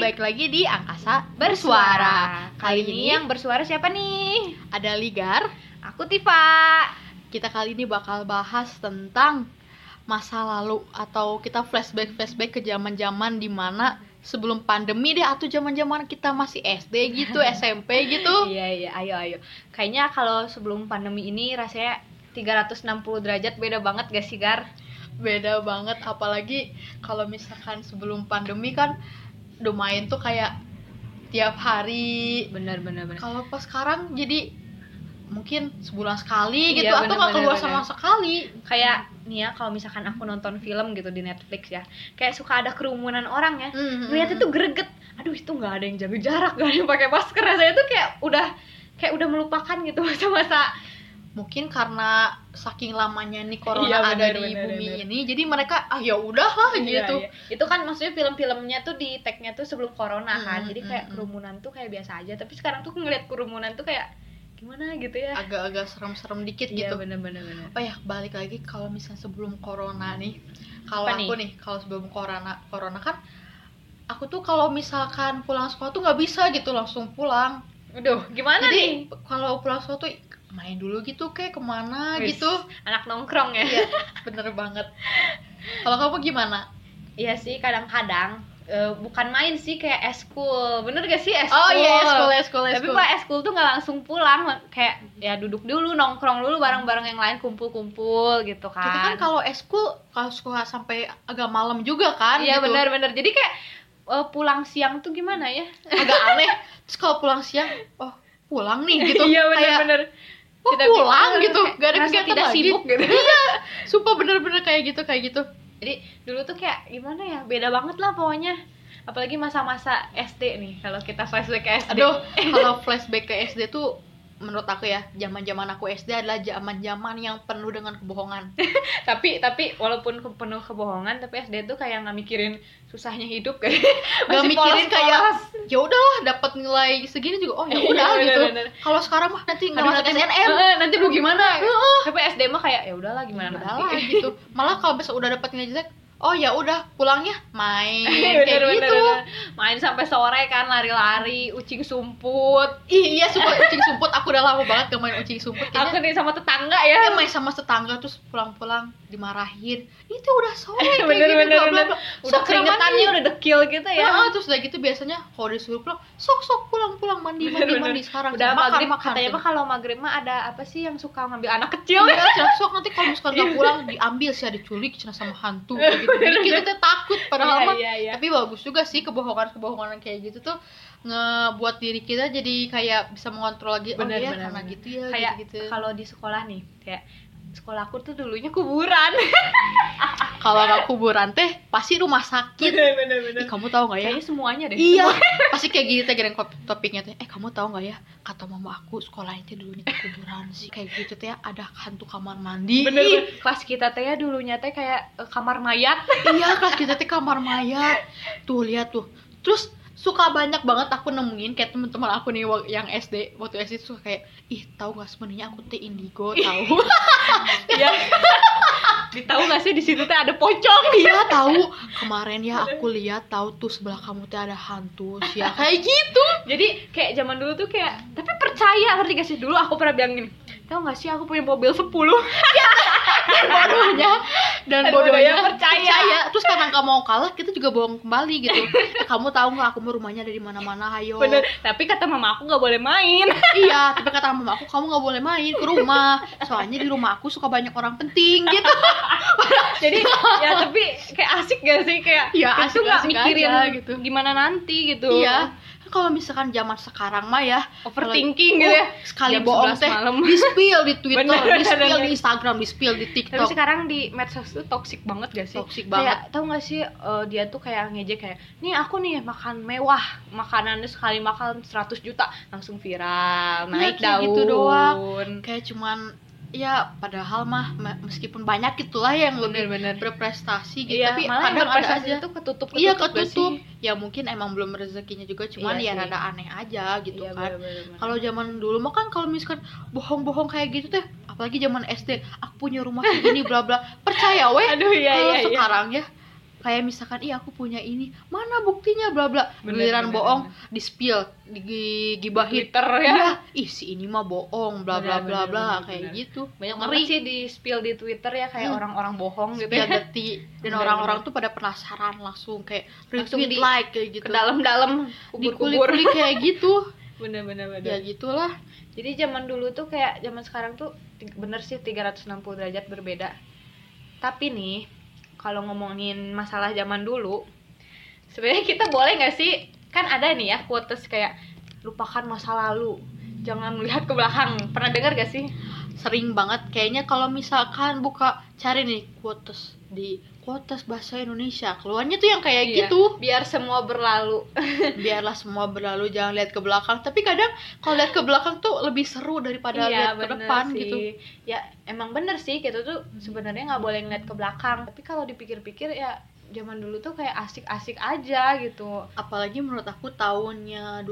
balik lagi di Angkasa Bersuara. Kali ini yang bersuara siapa nih? Ada Ligar. Aku Tifa. Kita kali ini bakal bahas tentang masa lalu atau kita flashback ke zaman-zaman dimana sebelum pandemi deh, atau zaman-zaman kita masih SD gitu, SMP gitu. Iya, ayo. Kayaknya kalau sebelum pandemi ini rasanya 360 derajat beda banget gak sih, Gar? Beda banget, apalagi kalau misalkan sebelum pandemi kan udah main tuh kayak tiap hari. Bener. Kalau pas sekarang jadi mungkin sebulan sekali gitu, Iya, atau nggak keluar sama sekali. Kayak nih ya, kalau misalkan aku nonton film gitu di Netflix ya, kayak suka ada kerumunan orang ya, ngeliatnya tuh greget. Aduh, itu nggak ada yang jaga jarak, nggak ada yang pakai masker. Rasanya tuh kayak udah melupakan gitu masa-masa. Mungkin karena saking lamanya nih corona Iya, ada di bumi ini, jadi mereka ya udahlah gitu. Iya. Itu kan maksudnya film-filmnya tuh di tag-nya tuh sebelum corona kan. Jadi kayak kerumunan tuh kayak biasa aja, tapi sekarang tuh ngeliat kerumunan tuh kayak gimana gitu ya. Agak-agak serem-serem dikit gitu. Iya, bener. Oh ya, balik lagi kalau misalnya sebelum corona nih. Kalau aku nih, kalau sebelum corona kan aku tuh kalau misalkan pulang sekolah tuh nggak bisa gitu langsung pulang. Aduh, gimana Jadi, nih? kalau pulang sekolah tuh main dulu gitu, kayak kemana Wis, gitu. anak nongkrong ya. Iya, bener banget. Kalau kamu gimana? Iya sih, kadang-kadang bukan main sih, kayak eskul. Bener gak sih eskul? Oh iya, eskul. Tapi kalau eskul tuh nggak langsung pulang, kayak ya duduk dulu, nongkrong dulu bareng-bareng yang lain, kumpul-kumpul gitu kan. Kita kan kalau eskul kalau sekolah sampai agak malam juga kan. Iya, gitu. benar. Jadi kayak pulang siang tuh gimana ya? Agak aneh. Terus kalau pulang siang, oh pulang nih gitu. Iya, kayak bener. oh, pulang gitu, gak ada Merasa kegiatan tidak lagi. sibuk gitu. Iya, sumpah bener-bener kayak gitu. Jadi dulu tuh kayak gimana ya, beda banget lah pokoknya. Apalagi masa-masa SD nih, kalau kita flashback ke SD. Aduh, kalau flashback ke SD tuh menurut aku ya, zaman-zaman aku SD adalah zaman-zaman yang penuh dengan kebohongan. tapi walaupun penuh kebohongan, tapi SD tuh kayak nggak mikirin susahnya hidup kayak. Gak mikirin kayak ya udahlah dapat nilai segini juga, oh ya udah gitu. Kalau sekarang mah nanti nggak masuk SNM, nanti lu gimana? Tapi SD mah kayak ya udahlah gimana udahlah nanti. gitu. Malah kalau besok udah dapat nilai jelek, oh ya udah pulangnya main Bener. gitu. Main sampai sore kan, lari-lari, ucing sumput. Iya, sumpah ucing sumput. Aku udah lama banget gak main ucing sumput. Aku nih sama tetangga Ya ya. main sama tetangga terus pulang-pulang dimarahin. Itu udah sore kayak Bener. gitu. Bla, bla, bla. Udah Sok, keringetannya mandi. udah dekil gitu ya. Terus udah gitu biasanya kalau disuruh pulang, sok pulang mandi sekarang. Udah maghrib makan katanya mah kalau maghrib mah ada apa sih yang suka ngambil anak kecil ya. Iya, sok nanti kalau misalkan nggak pulang diambil sih, ada culik cina sama hantu kayak gitu. Jadi kita tuh takut padahal mah. Iya. Tapi bagus juga sih kebohongan kayak gitu tuh ngebuat diri kita jadi kayak bisa mengontrol lagi. Bener. Karena gitu ya. Kayak gitu. kalau di sekolah nih, kayak sekolah aku tuh dulunya kuburan. Kalau nggak kuburan teh pasti rumah sakit. Bener. Ih, kamu tahu nggak ya? Kayaknya semuanya deh. Iya, pasti kayak gini teh topiknya teh. Kamu tahu nggak ya? Kata mama aku sekolahnya teh dulunya ke kuburan sih kayak gitu teh, ada hantu kamar mandi. Bener. Kelas kita teh ya dulunya teh kayak kamar mayat. Iya, kelas kita teh kamar mayat. Tuh lihat tuh. Terus suka banyak banget aku nemuin kayak teman-teman aku nih yang SD, waktu SD suka kayak, ih tahu nggak sebenarnya aku teh indigo tahu. Iya. Ditahu nggak sih di situ teh ada pocong? Iya tahu. Kemarin ya aku lihat tahu tuh sebelah kamu teh ada hantu sih ya kayak gitu. Jadi kayak zaman dulu tuh kayak, tapi percaya, ngerti gak sih? Dulu aku pernah bilang gini, tau gak sih aku punya mobil 10. Dan bodohnya percaya. Terus karena nggak mau kalah, kita juga bohong kembali gitu. Kamu tahu nggak aku mau rumahnya ada di mana-mana, hayo. Bener. Tapi kata mama aku nggak boleh main. Iya, tapi kata mama aku kamu nggak boleh main ke rumah. Soalnya di rumah aku suka banyak orang penting gitu. Jadi ya tapi kayak asik gak sih, kayak ya, itu nggak asik mikirin aja, gitu. gimana nanti gitu. Iya. Kalau misalkan zaman sekarang mah ya overthinking gitu ya. Sekali Jam bohong 11 teh malam. di-spill di Twitter, Bener. di-spill di Instagram, di-spill di Tapi TikTok. sekarang di medsos tuh toxic banget gak sih? Toxic Kayak banget. tau gak sih dia tuh kayak ngejek kayak, nih aku nih makan mewah, makanannya sekali makan 100 juta langsung viral, naik kayak daun gitu doang. Kayak cuman ya padahal mah meskipun banyak itulah yang lebih Bener. berprestasi gitu, Iya, tapi malah yang kadang ada berprestasi aja itu ketutup iya gak ketutup sih? ya mungkin emang belum rezekinya juga, cuman Iya ya sih. rada aneh aja gitu Iya, kan. bener. Kalau zaman dulu mah kan kalau misalkan bohong-bohong kayak gitu teh, apalagi zaman SD, aku punya rumah segini bla bla, percaya weh. Aduh, iya, Kalau iya. sekarang ya kayak misalkan aku punya ini, mana buktinya, bla bla, giliran bener, bohong di spill, digibahin Twitter ya. ih si ini mah bohong, bla bla bla bla, kayak gitu. Banyak banget sih di spill di Twitter ya, kayak orang-orang bohong gitu ya. Dan orang-orang tuh pada penasaran, langsung kayak retweet, like kayak gitu, ke dalam-dalam kubur-kubur kayak gitu. bener Ya gitulah. Jadi zaman dulu tuh kayak zaman sekarang tuh bener sih 360 derajat berbeda. Tapi nih kalau ngomongin masalah zaman dulu, sebenarnya kita boleh nggak sih, kan ada nih ya quotes kayak lupakan masa lalu, jangan melihat ke belakang. Pernah dengar gak sih? Sering banget kayaknya kalau misalkan buka cari nih quotes di quotes bahasa Indonesia, keluarnya tuh yang kayak gitu. Biar semua berlalu. Biarlah semua berlalu, jangan lihat ke belakang. Tapi kadang kalau lihat ke belakang tuh lebih seru daripada lihat ke depan sih. gitu. Ya emang bener sih, kita tuh sebenarnya nggak boleh ngeliat ke belakang. Tapi kalau dipikir-pikir ya zaman dulu tuh kayak asik-asik aja gitu. Apalagi menurut aku tahunnya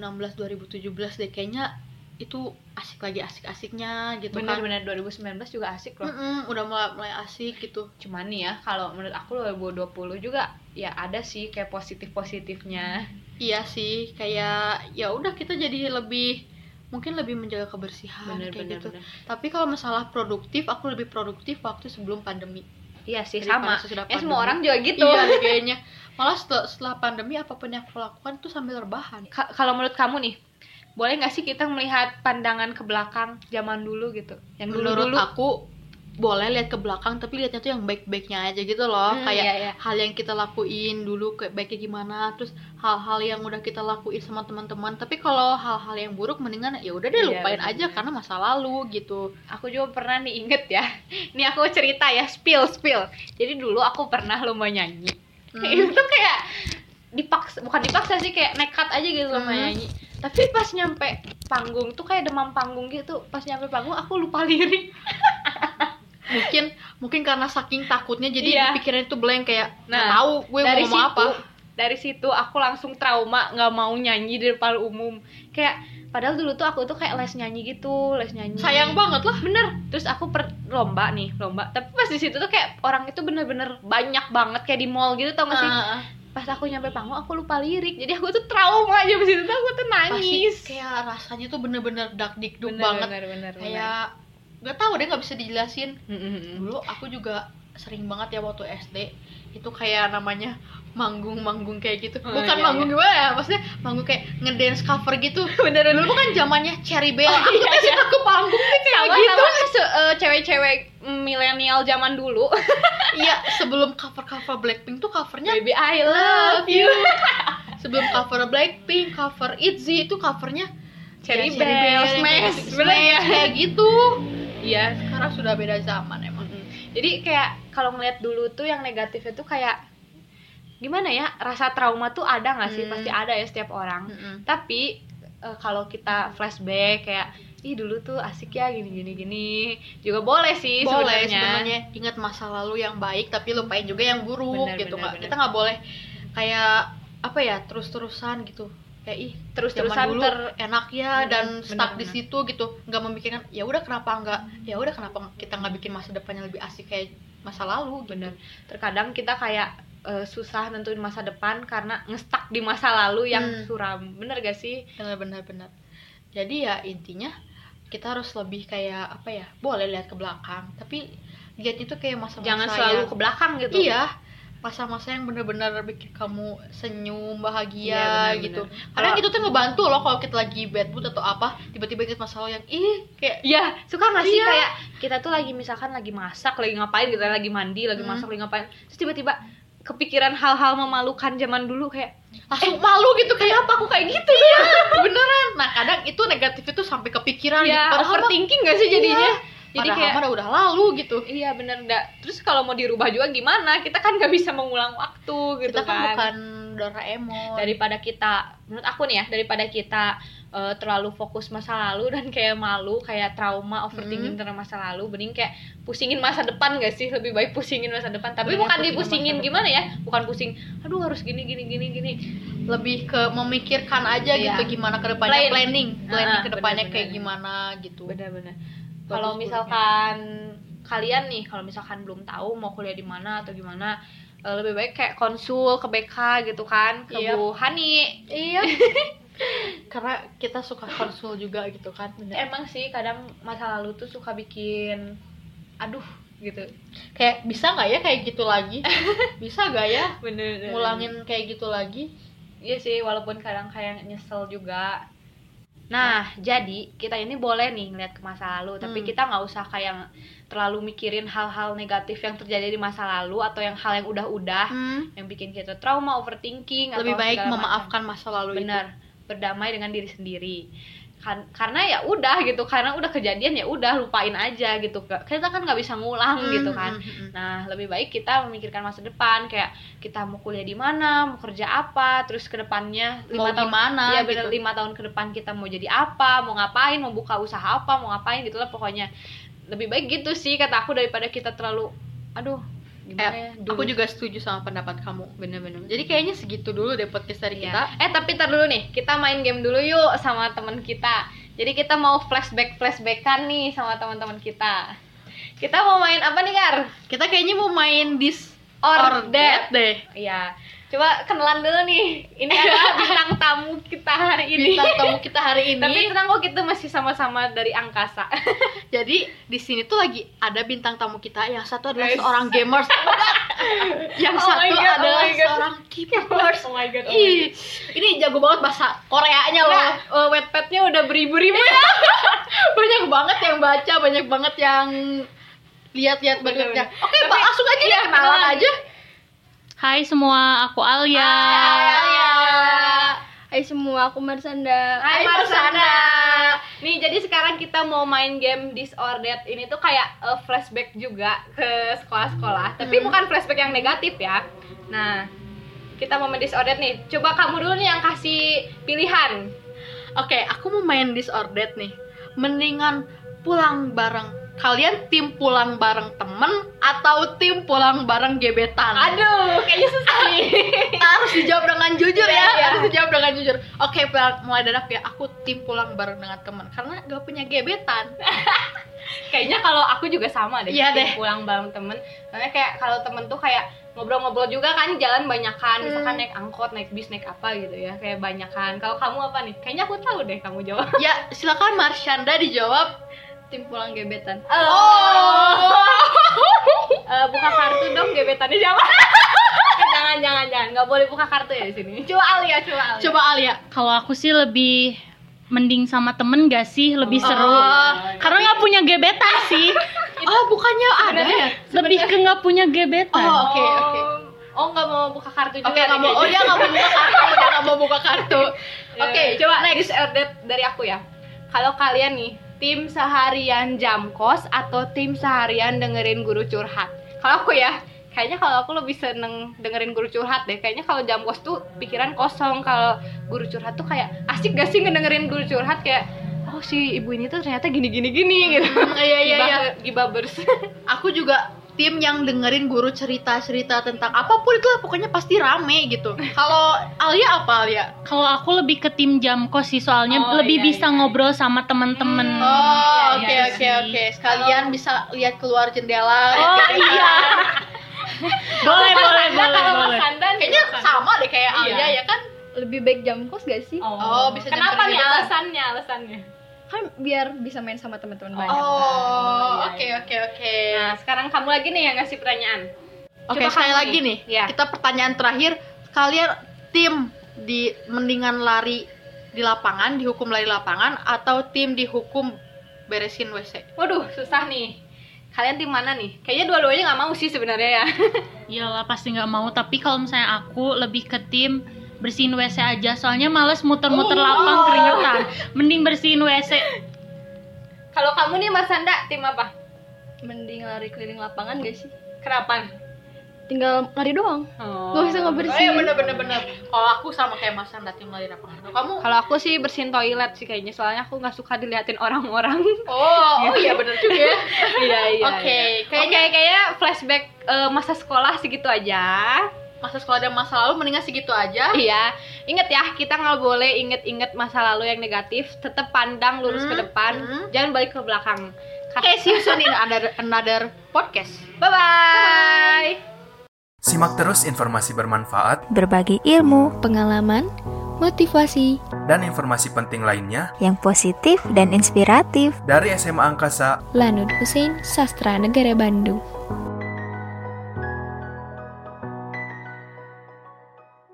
2016-2017 deh kayaknya itu asik lagi asik-asiknya gitu. Bener-bener 2019 juga asik loh. Udah mulai asik gitu. Cuman nih ya kalau menurut aku 2020 juga ya ada sih kayak positifnya. Iya sih, kayak ya udah kita jadi mungkin lebih menjaga kebersihan kayak gitu. Tapi kalau masalah produktif, aku lebih produktif waktu sebelum pandemi. Iya sih, sama ya, semua orang juga gitu. Iya kayaknya. Malah setelah pandemi apapun yang aku lakukan tuh sambil rebahan. Kalau menurut kamu nih, boleh nggak sih kita melihat pandangan ke belakang zaman dulu gitu? Yang menurut aku boleh lihat ke belakang, tapi lihatnya tuh yang baik-baiknya aja gitu loh. Kayak hal yang kita lakuin dulu kayak baiknya gimana, terus hal-hal yang udah kita lakuin sama teman-teman. Tapi kalau hal-hal yang buruk mendingan ya udah deh lupain aja karena masa lalu gitu. Aku juga pernah nih inget ya. Ini aku cerita ya, spill. Jadi dulu aku pernah lomba nyanyi. Itu kayak bukan dipaksa sih, kayak nekat aja gitu lomba nyanyi. Tapi pas nyampe panggung tuh kayak demam panggung gitu. Pas nyampe panggung aku lupa lirik. mungkin karena saking takutnya jadi pikiran itu blank, kayak nggak tahu gue mau ngomong apa. Dari situ aku langsung trauma, nggak mau nyanyi di depan umum. Kayak padahal dulu tuh aku tuh kayak les nyanyi. Sayang banget lah. Bener. Terus aku lomba. Tapi pas di situ tuh kayak orang itu bener-bener banyak banget kayak di mall gitu, tau gak sih? Pas aku nyampe panggung aku lupa lirik, jadi aku tuh trauma aja. Pas itu tuh aku tuh nangis. Pasti kayak rasanya tuh bener-bener dakdikduk banget. Kayak nggak tahu deh, nggak bisa dijelasin. Dulu aku juga sering banget ya waktu SD itu kayak namanya manggung kayak gitu. Bukan manggung gimana ya, maksudnya manggung kayak ngedance cover gitu. Bener. Dulu kan zamannya Cherry Bell. Aku tuh suka ke panggung tuh kayak gitu. Cewek-cewek milenial zaman dulu. Iya, sebelum cover Blackpink tuh covernya Baby I Love You. Sebelum cover Blackpink, cover ITZY itu covernya Cherry Bell, Smash, kayak gitu. Iya, sekarang sudah beda zaman emang. Jadi kayak kalau ngeliat dulu tuh yang negatif itu kayak gimana ya, rasa trauma tuh ada nggak sih? Pasti ada ya setiap orang. Tapi kalau kita flashback kayak dulu tuh asik ya gini juga boleh sih. Boleh sebenarnya ingat masa lalu yang baik tapi lupain juga yang buruk gitu. Kita nggak boleh kayak apa ya terus-terusan gitu. Kayak terus-terusan enak ya dan stuck di situ gitu, nggak memikirkan ya udah kenapa kita nggak bikin masa depan yang lebih asik kayak masa lalu gitu. Terkadang kita kayak susah nentuin masa depan karena ngestak di masa lalu yang suram. Bener gak sih? Bener. Jadi ya intinya kita harus lebih kayak apa ya, boleh lihat ke belakang tapi lihat itu kayak masa-masa jangan selalu ke belakang gitu. Iya, masa-masa yang benar-benar bikin kamu senyum, bahagia gitu. Kadang itu tuh ngebantu loh kalau kita lagi bad mood atau apa, tiba-tiba inget masalah yang kayak suka nggak sih kayak kita tuh lagi misalkan lagi masak, lagi ngapain gitu, lagi mandi, lagi masak, lagi ngapain, terus tiba-tiba kepikiran hal-hal memalukan zaman dulu kayak langsung malu gitu, kayak apa aku kayak gitu ya. Beneran. Nah, kadang itu negatif itu sampai kepikiran gitu. Overthinking nggak sih jadinya? Jadi kayak udah lalu gitu. Iya bener, terus kalau mau dirubah juga gimana, kita kan nggak bisa mengulang waktu gitu. Kita kan bukan Doraemon. Menurut aku nih ya, daripada kita terlalu fokus masa lalu dan kayak malu, kayak trauma, overthinking tentang masa lalu, mending kayak pusingin masa depan gak sih? Lebih baik pusingin masa depan, tapi bukan dipusingin gimana ya, bukan pusing aduh harus gini, lebih ke memikirkan aja gitu gimana ke depannya, planning ke depannya kayak gimana gitu. Bener. Kalau misalkan kalian nih, kalau misalkan belum tahu mau kuliah di mana atau gimana, lebih baik kayak konsul ke BK gitu kan, ke Bu Hani. Iya. Karena kita suka konsul juga gitu kan. Emang sih kadang masa lalu tuh suka bikin aduh gitu. Kayak bisa nggak ya kayak gitu lagi? Bisa nggak ya? Bener. Ngulangin kayak gitu lagi? Iya sih, walaupun kadang kayak nyesel juga. Nah, jadi kita ini boleh nih ngeliat ke masa lalu, tapi kita nggak usah kayak terlalu mikirin hal-hal negatif yang terjadi di masa lalu atau yang hal yang udah-udah yang bikin kita trauma, overthinking. Lebih atau baik segala memaafkan macam. masa lalu. Bener, berdamai dengan diri sendiri. Karena ya udah gitu, karena udah kejadian ya udah lupain aja gitu. Kita kan nggak bisa ngulang gitu kan. Nah, lebih baik kita memikirkan masa depan, kayak kita mau kuliah di mana, mau kerja apa, terus kedepannya 5 tahun gimana, ya bener, gitu. 5 tahun ke depan kita mau jadi apa, mau ngapain, mau buka usaha apa, mau ngapain gitu lah pokoknya. Lebih baik gitu sih kata aku, daripada kita terlalu aduh gimana ya dulu. Aku juga setuju sama pendapat kamu. Bener-bener. Jadi kayaknya segitu dulu deh podcast dari kita. Tapi tar dulu nih, kita main game dulu yuk sama teman kita. Jadi kita mau flashbackan nih sama teman-teman kita. Kita mau main apa nih, Kar? Kita kayaknya mau main This or That deh. Iya. Coba kenalan dulu nih. Ini adalah bintang tamu kita hari ini. Bintang tamu kita hari ini. Tapi tenang kok, kita masih sama-sama dari angkasa. Jadi di sini tuh lagi ada bintang tamu kita. Yang satu adalah seorang gamers. Yang satu adalah seorang keyboarders. Oh my god. Ih, ini jago banget bahasa Koreanya loh. Wattpad-nya udah beribu-ribu ya. Banyak banget yang baca, banyak banget yang lihat-lihat bangetnya. Oke, langsung aja deh kenalan aja. Hai semua, aku Alia. Hai semua, aku Marsanda. Hai Marsanda. Nih, jadi sekarang kita mau main game This or That. Ini tuh kayak flashback juga ke sekolah-sekolah. Tapi bukan flashback yang negatif ya. Nah, kita mau main This or That nih. Coba kamu dulu nih yang kasih pilihan. Oke, aku mau main This or That nih. Mendingan pulang bareng. Kalian tim pulang bareng temen atau tim pulang bareng gebetan? Aduh, kayaknya susah nih. Harus dijawab dengan jujur ya. Iya. Harus dijawab dengan jujur. Oke, mulai dadak ya. Aku tim pulang bareng dengan temen karena gak punya gebetan. Kayaknya kalau aku juga sama deh. Iya tim deh. pulang bareng temen. Soalnya kayak kalau temen tuh kayak ngobrol-ngobrol juga kan, jalan banyakan. Misalkan naik angkot, naik bis, naik apa gitu ya. Kayak banyakan. Kalau kamu apa nih? Kayaknya aku tahu deh kamu jawab. Ya, silakan Marsyanda dijawab. Tim pulang gebetan. Buka kartu dong, gebetannya siapa? jangan nggak boleh buka kartu ya di sini. Coba Alia. Coba Alia. Kalau aku sih lebih mending sama temen gak sih, lebih seru. Karena nggak punya gebetan sih. Oh, bukannya ada ya? Lebih ke nggak punya gebetan. Oh, oke. Oh, nggak mau buka kartu juga. Oke, nggak mau. Oh, dia nggak mau buka kartu. Dia nggak mau buka kartu. Oke, coba next update dari aku ya. Kalau kalian nih tim seharian jam kos atau tim seharian dengerin guru curhat? Kalau aku ya, kayaknya kalau aku lebih seneng dengerin guru curhat deh. Kayaknya kalau jam kos tuh pikiran kosong. Kalau guru curhat tuh kayak asik gak sih ngedengerin guru curhat, kayak oh si ibu ini tuh ternyata gini gitu. Iya. Gibabers. Aku juga tim yang dengerin guru cerita-cerita tentang apapun itu lah, pokoknya pasti rame gitu. Kalau Alia apa Alia? Kalau aku lebih ke tim jam kos sih, soalnya lebih bisa ngobrol sama temen-temen. Oh, oke. Sekalian bisa lihat keluar jendela. Oh iya. boleh. Kayaknya sama deh kayak Alia ya kan? Lebih baik jam kos gak sih? Oh, bisa Kenapa dengerin nih gebetan. alasannya? Kan biar bisa main sama teman-teman banyak. Oh, oke. Nah, sekarang kamu lagi nih yang ngasih pertanyaan. Oke, Coba sekali kamu lagi nih. Ya. Kita pertanyaan terakhir, kalian tim di mendingan lari di lapangan, dihukum lari lapangan, atau tim dihukum beresin WC? Waduh, susah nih. Kalian tim mana nih? Kayaknya dua-duanya nggak mau sih sebenarnya ya. Iyalah pasti nggak mau, tapi kalau misalnya aku lebih ke tim bersihin WC aja, soalnya males muter-muter lapang keringetan. Mending bersihin WC. Kalau kamu nih Marsanda, tim apa? Mending lari keliling lapangan gak sih? Kenapa? Tinggal lari doang. Gak usah ngebersihin. Bener. Kalau aku sama kayak Mas Anda, tim lari lapangan. Kamu? Kalau aku sih bersihin toilet sih kayaknya, soalnya aku nggak suka diliatin orang-orang. Oh iya bener juga ya. Iya. Oke, Kayaknya flashback masa sekolah segitu aja. Masa sekolah dan masa lalu mendingan segitu aja. Iya, inget ya, kita nggak boleh inget-inget masa lalu yang negatif. Tetap pandang lurus ke depan, jangan balik ke belakang. Okay, see you soon in another podcast. Bye bye. Simak terus informasi bermanfaat, berbagi ilmu, pengalaman, motivasi, dan informasi penting lainnya yang positif dan inspiratif dari SMA Angkasa Lanud Hussein Sastra Negara Bandung.